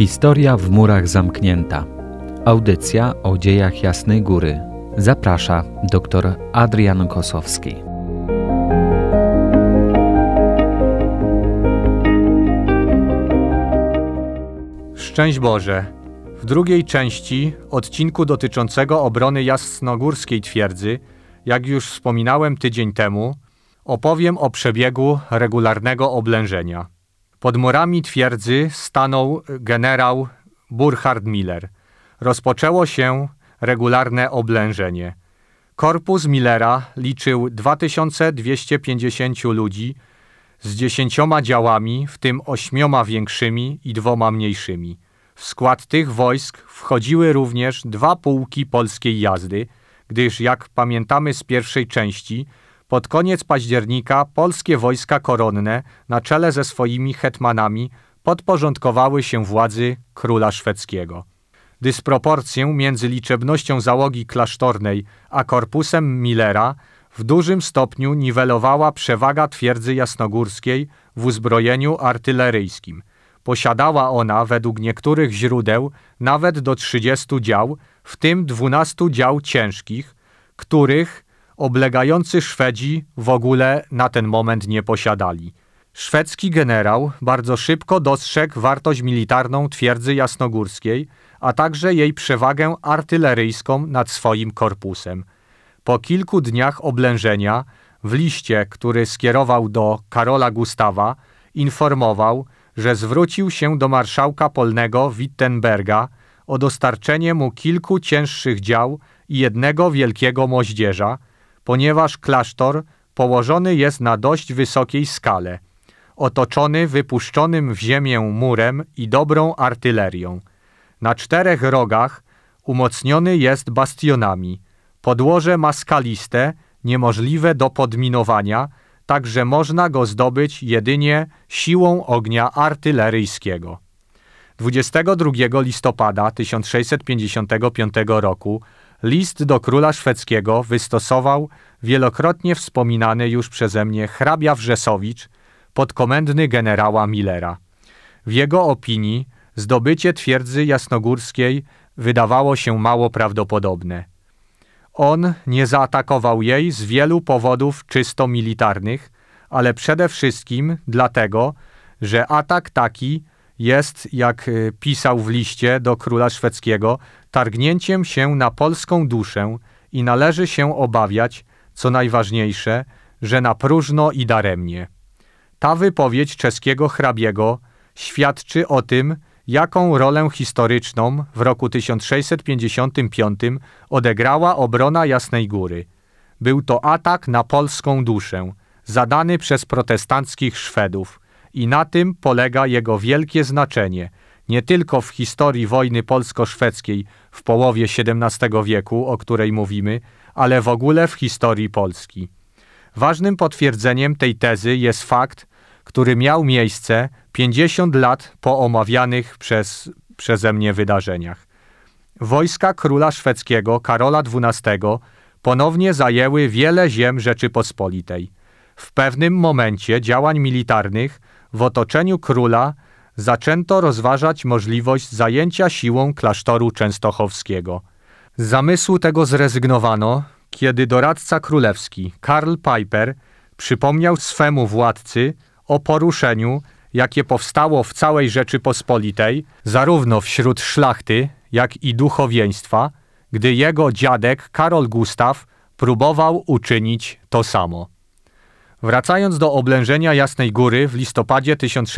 Historia w murach zamknięta. Audycja o dziejach Jasnej Góry. Zaprasza dr Adrian Kosowski. Szczęść Boże! W drugiej części odcinku dotyczącego obrony jasnogórskiej twierdzy, jak już wspominałem tydzień temu, opowiem o przebiegu regularnego oblężenia. Pod murami twierdzy stanął generał Burchard Miller. Rozpoczęło się regularne oblężenie. Korpus Millera liczył 2250 ludzi z 10 działami, w tym 8 większymi i 2 mniejszymi. W skład tych wojsk wchodziły również 2 pułki polskiej jazdy, gdyż jak pamiętamy z pierwszej części, pod koniec października polskie wojska koronne na czele ze swoimi hetmanami podporządkowały się władzy króla szwedzkiego. Dysproporcję między liczebnością załogi klasztornej a korpusem Millera w dużym stopniu niwelowała przewaga twierdzy jasnogórskiej w uzbrojeniu artyleryjskim. Posiadała ona według niektórych źródeł nawet do 30 dział, w tym 12 dział ciężkich, których oblegający Szwedzi w ogóle na ten moment nie posiadali. Szwedzki generał bardzo szybko dostrzegł wartość militarną twierdzy jasnogórskiej, a także jej przewagę artyleryjską nad swoim korpusem. Po kilku dniach oblężenia w liście, który skierował do Karola Gustawa, informował, że zwrócił się do marszałka polnego Wittenberga o dostarczenie mu kilku cięższych dział i 1 wielkiego moździerza, ponieważ klasztor położony jest na dość wysokiej skale, otoczony wypuszczonym w ziemię murem i dobrą artylerią. Na 4 rogach umocniony jest bastionami. Podłoże ma skaliste, niemożliwe do podminowania, tak że można go zdobyć jedynie siłą ognia artyleryjskiego. 22 listopada 1655 roku list do króla szwedzkiego wystosował wielokrotnie wspominany już przeze mnie hrabia Wrzesowicz, podkomendny generała Millera. W jego opinii zdobycie twierdzy jasnogórskiej wydawało się mało prawdopodobne. On nie zaatakował jej z wielu powodów czysto militarnych, ale przede wszystkim dlatego, że atak taki jest, jak pisał w liście do króla szwedzkiego, targnięciem się na polską duszę i należy się obawiać, co najważniejsze, że na próżno i daremnie. Ta wypowiedź czeskiego hrabiego świadczy o tym, jaką rolę historyczną w roku 1655 odegrała obrona Jasnej Góry. Był to atak na polską duszę, zadany przez protestanckich Szwedów i na tym polega jego wielkie znaczenie, nie tylko w historii wojny polsko-szwedzkiej w połowie XVII wieku, o której mówimy, ale w ogóle w historii Polski. Ważnym potwierdzeniem tej tezy jest fakt, który miał miejsce 50 lat po omawianych przeze mnie wydarzeniach. Wojska króla szwedzkiego Karola XII ponownie zajęły wiele ziem Rzeczypospolitej. W pewnym momencie działań militarnych w otoczeniu króla zaczęto rozważać możliwość zajęcia siłą klasztoru częstochowskiego. Z zamysłu tego zrezygnowano, kiedy doradca królewski Karl Piper przypomniał swemu władcy o poruszeniu, jakie powstało w całej Rzeczypospolitej, zarówno wśród szlachty, jak i duchowieństwa, gdy jego dziadek Karol Gustaw próbował uczynić to samo. Wracając do oblężenia Jasnej Góry w listopadzie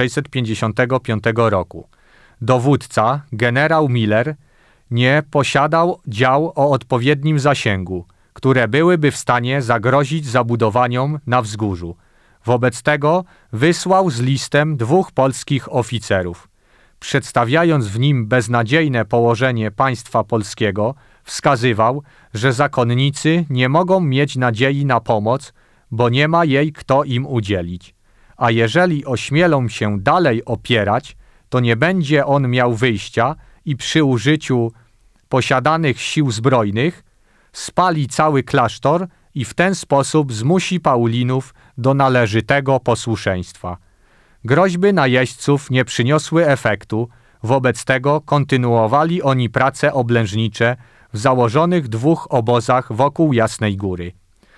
1655 roku, dowódca, generał Miller, nie posiadał dział o odpowiednim zasięgu, które byłyby w stanie zagrozić zabudowaniom na wzgórzu. Wobec tego wysłał z listem 2 polskich oficerów. Przedstawiając w nim beznadziejne położenie państwa polskiego, wskazywał, że zakonnicy nie mogą mieć nadziei na pomoc, bo nie ma jej kto im udzielić. A jeżeli ośmielą się dalej opierać, to nie będzie on miał wyjścia i przy użyciu posiadanych sił zbrojnych spali cały klasztor i w ten sposób zmusi Paulinów do należytego posłuszeństwa. Groźby najeźdźców nie przyniosły efektu, Wobec tego kontynuowali oni prace oblężnicze w założonych 2 obozach wokół Jasnej Góry.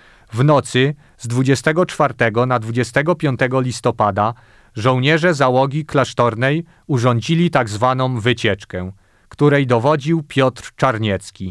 W nocy z 24 na 25 listopada żołnierze załogi klasztornej urządzili tzw. wycieczkę, której dowodził Piotr Czarniecki.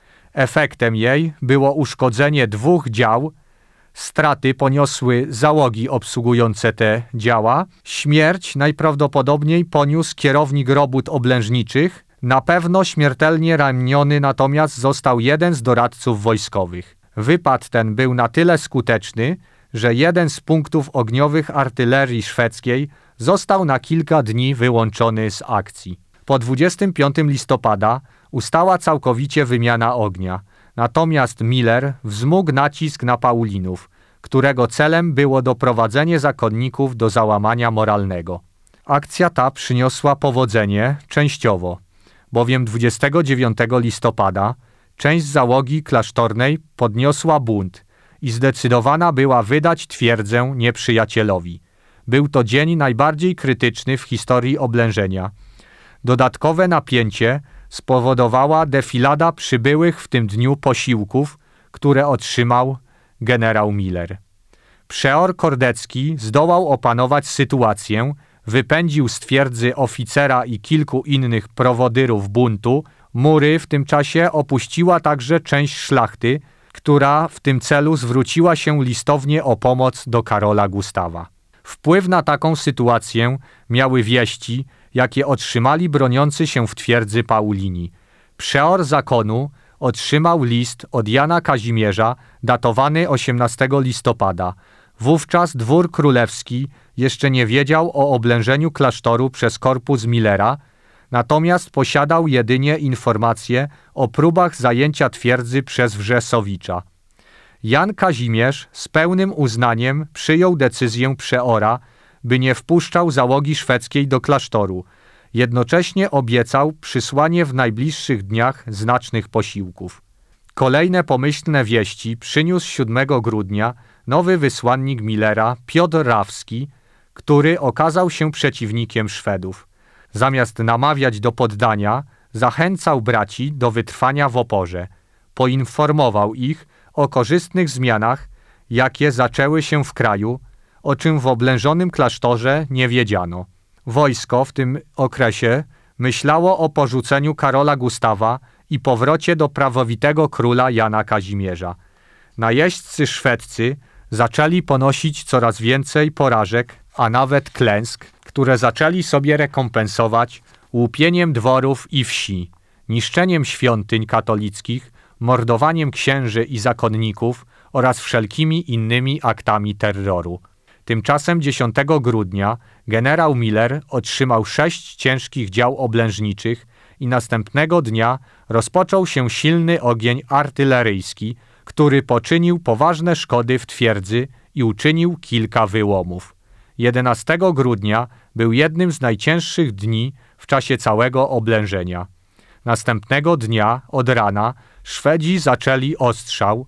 Efektem jej było uszkodzenie 2 dział, straty poniosły załogi obsługujące te działa, śmierć najprawdopodobniej poniósł kierownik robót oblężniczych, na pewno śmiertelnie raniony natomiast został jeden z doradców wojskowych. Wypad ten był na tyle skuteczny, że jeden z punktów ogniowych artylerii szwedzkiej został na kilka dni wyłączony z akcji. Po 25 listopada ustała całkowicie wymiana ognia, natomiast Miller wzmógł nacisk na Paulinów, którego celem było doprowadzenie zakonników do załamania moralnego. Akcja ta przyniosła powodzenie częściowo, bowiem 29 listopada część załogi klasztornej podniosła bunt i zdecydowana była wydać twierdzę nieprzyjacielowi. Był to dzień najbardziej krytyczny w historii oblężenia. Dodatkowe napięcie spowodowała defilada przybyłych w tym dniu posiłków, które otrzymał generał Miller. Przeor Kordecki zdołał opanować sytuację, wypędził z twierdzy oficera i kilku innych prowodyrów buntu. Mury w tym czasie opuściła także część szlachty, która w tym celu zwróciła się listownie o pomoc do Karola Gustawa. Wpływ na taką sytuację miały wieści, jakie otrzymali broniący się w twierdzy Paulini. Przeor zakonu otrzymał list od Jana Kazimierza, datowany 18 listopada. Wówczas dwór królewski jeszcze nie wiedział o oblężeniu klasztoru przez korpus Millera, natomiast posiadał jedynie informacje o próbach zajęcia twierdzy przez Wrzesowicza. Jan Kazimierz z pełnym uznaniem przyjął decyzję przeora, by nie wpuszczał załogi szwedzkiej do klasztoru. Jednocześnie obiecał przysłanie w najbliższych dniach znacznych posiłków. Kolejne pomyślne wieści przyniósł 7 grudnia nowy wysłannik Millera, Piotr Rawski, który okazał się przeciwnikiem Szwedów. Zamiast namawiać do poddania, zachęcał braci do wytrwania w oporze. Poinformował ich o korzystnych zmianach, jakie zaczęły się w kraju, o czym w oblężonym klasztorze nie wiedziano. Wojsko w tym okresie myślało o porzuceniu Karola Gustawa i powrocie do prawowitego króla Jana Kazimierza. Najeźdźcy szwedzcy zaczęli ponosić coraz więcej porażek, a nawet klęsk, które zaczęli sobie rekompensować łupieniem dworów i wsi, niszczeniem świątyń katolickich, mordowaniem księży i zakonników oraz wszelkimi innymi aktami terroru. Tymczasem 10 grudnia generał Miller otrzymał 6 ciężkich dział oblężniczych i następnego dnia rozpoczął się silny ogień artyleryjski, który poczynił poważne szkody w twierdzy i uczynił kilka wyłomów. 11 grudnia był jednym z najcięższych dni w czasie całego oblężenia. Następnego dnia od rana Szwedzi zaczęli ostrzał.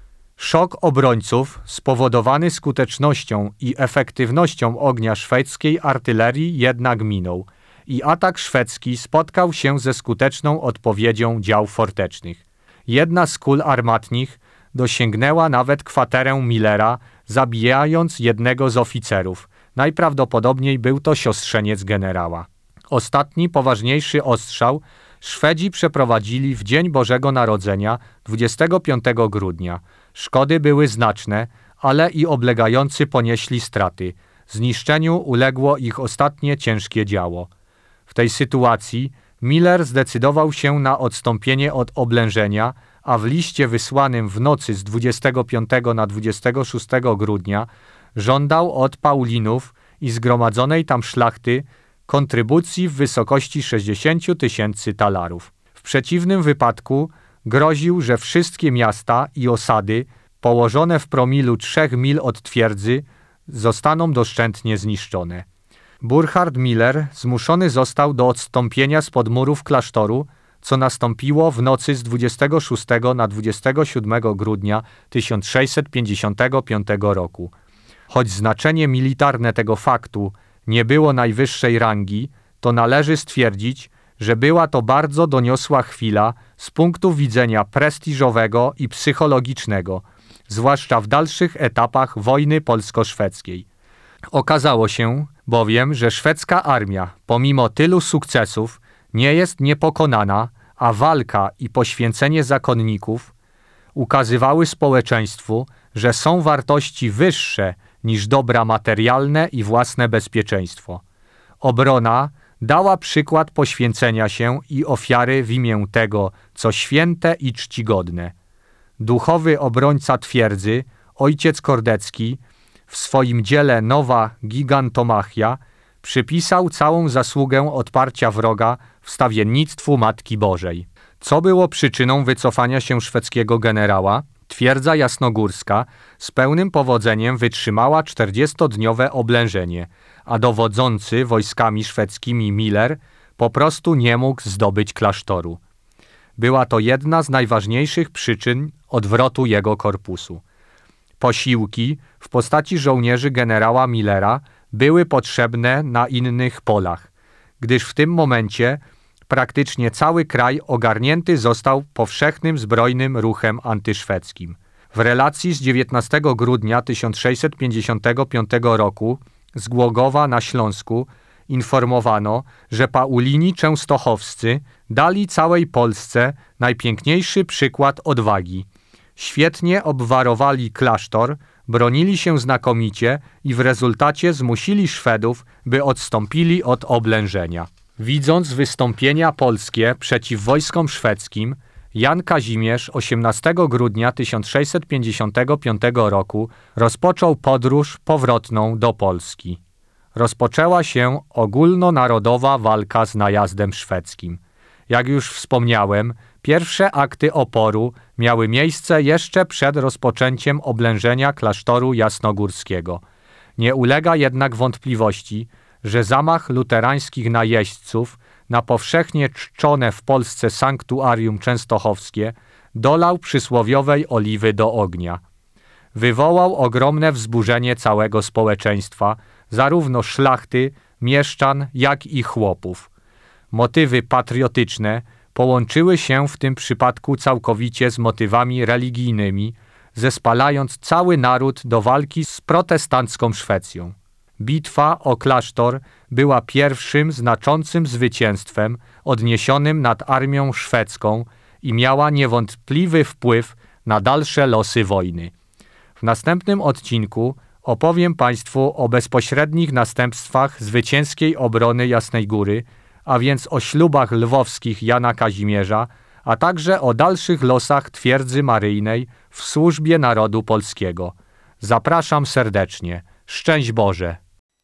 Szok obrońców spowodowany skutecznością i efektywnością ognia szwedzkiej artylerii jednak minął i atak szwedzki spotkał się ze skuteczną odpowiedzią dział fortecznych. Jedna z kul armatnich dosięgnęła nawet kwaterę Millera, zabijając jednego z oficerów. Najprawdopodobniej był to siostrzeniec generała. Ostatni, poważniejszy ostrzał Szwedzi przeprowadzili w Dzień Bożego Narodzenia 25 grudnia. Szkody były znaczne, ale i oblegający ponieśli straty. Zniszczeniu uległo ich ostatnie ciężkie działo. W tej sytuacji Miller zdecydował się na odstąpienie od oblężenia, a w liście wysłanym w nocy z 25 na 26 grudnia żądał od Paulinów i zgromadzonej tam szlachty kontrybucji w wysokości 60 000 talarów. W przeciwnym wypadku groził, że wszystkie miasta i osady położone w promilu 3 mil od twierdzy zostaną doszczętnie zniszczone. Burchard Miller zmuszony został do odstąpienia spod murów klasztoru, co nastąpiło w nocy z 26 na 27 grudnia 1655 roku. Choć znaczenie militarne tego faktu nie było najwyższej rangi, to należy stwierdzić, że była to bardzo doniosła chwila z punktu widzenia prestiżowego i psychologicznego, zwłaszcza w dalszych etapach wojny polsko-szwedzkiej. Okazało się bowiem, że szwedzka armia, pomimo tylu sukcesów, nie jest niepokonana, a walka i poświęcenie zakonników ukazywały społeczeństwu, że są wartości wyższe niż dobra materialne i własne bezpieczeństwo. Obrona dała przykład poświęcenia się i ofiary w imię tego, co święte i czcigodne. Duchowy obrońca twierdzy, ojciec Kordecki, w swoim dziele Nowa Gigantomachia przypisał całą zasługę odparcia wroga wstawiennictwu Matki Bożej. Co było przyczyną wycofania się szwedzkiego generała? Twierdza jasnogórska z pełnym powodzeniem wytrzymała 40-dniowe oblężenie, a dowodzący wojskami szwedzkimi Miller po prostu nie mógł zdobyć klasztoru. Była to jedna z najważniejszych przyczyn odwrotu jego korpusu. Posiłki w postaci żołnierzy generała Millera były potrzebne na innych polach, gdyż w tym momencie praktycznie cały kraj ogarnięty został powszechnym zbrojnym ruchem antyszwedzkim. W relacji z 19 grudnia 1655 roku z Głogowa na Śląsku informowano, że Paulini częstochowscy dali całej Polsce najpiękniejszy przykład odwagi. Świetnie obwarowali klasztor, bronili się znakomicie i w rezultacie zmusili Szwedów, by odstąpili od oblężenia. Widząc wystąpienia polskie przeciw wojskom szwedzkim, Jan Kazimierz 18 grudnia 1655 roku rozpoczął podróż powrotną do Polski. Rozpoczęła się ogólnonarodowa walka z najazdem szwedzkim. Jak już wspomniałem, pierwsze akty oporu miały miejsce jeszcze przed rozpoczęciem oblężenia klasztoru jasnogórskiego. Nie ulega jednak wątpliwości, że zamach luterańskich najeźdźców na powszechnie czczone w Polsce sanktuarium częstochowskie dolał przysłowiowej oliwy do ognia. Wywołał ogromne wzburzenie całego społeczeństwa, zarówno szlachty, mieszczan, jak i chłopów. Motywy patriotyczne połączyły się w tym przypadku całkowicie z motywami religijnymi, zespalając cały naród do walki z protestancką Szwecją. Bitwa o klasztor była pierwszym znaczącym zwycięstwem odniesionym nad armią szwedzką i miała niewątpliwy wpływ na dalsze losy wojny. W następnym odcinku opowiem Państwu o bezpośrednich następstwach zwycięskiej obrony Jasnej Góry, a więc o ślubach lwowskich Jana Kazimierza, a także o dalszych losach twierdzy maryjnej w służbie narodu polskiego. Zapraszam serdecznie. Szczęść Boże!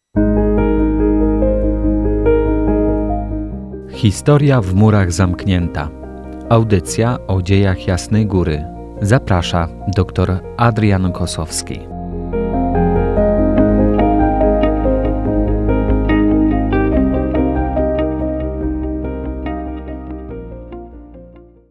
Historia w murach zamknięta. Audycja o dziejach Jasnej Góry. Zaprasza dr Adrian Kosowski.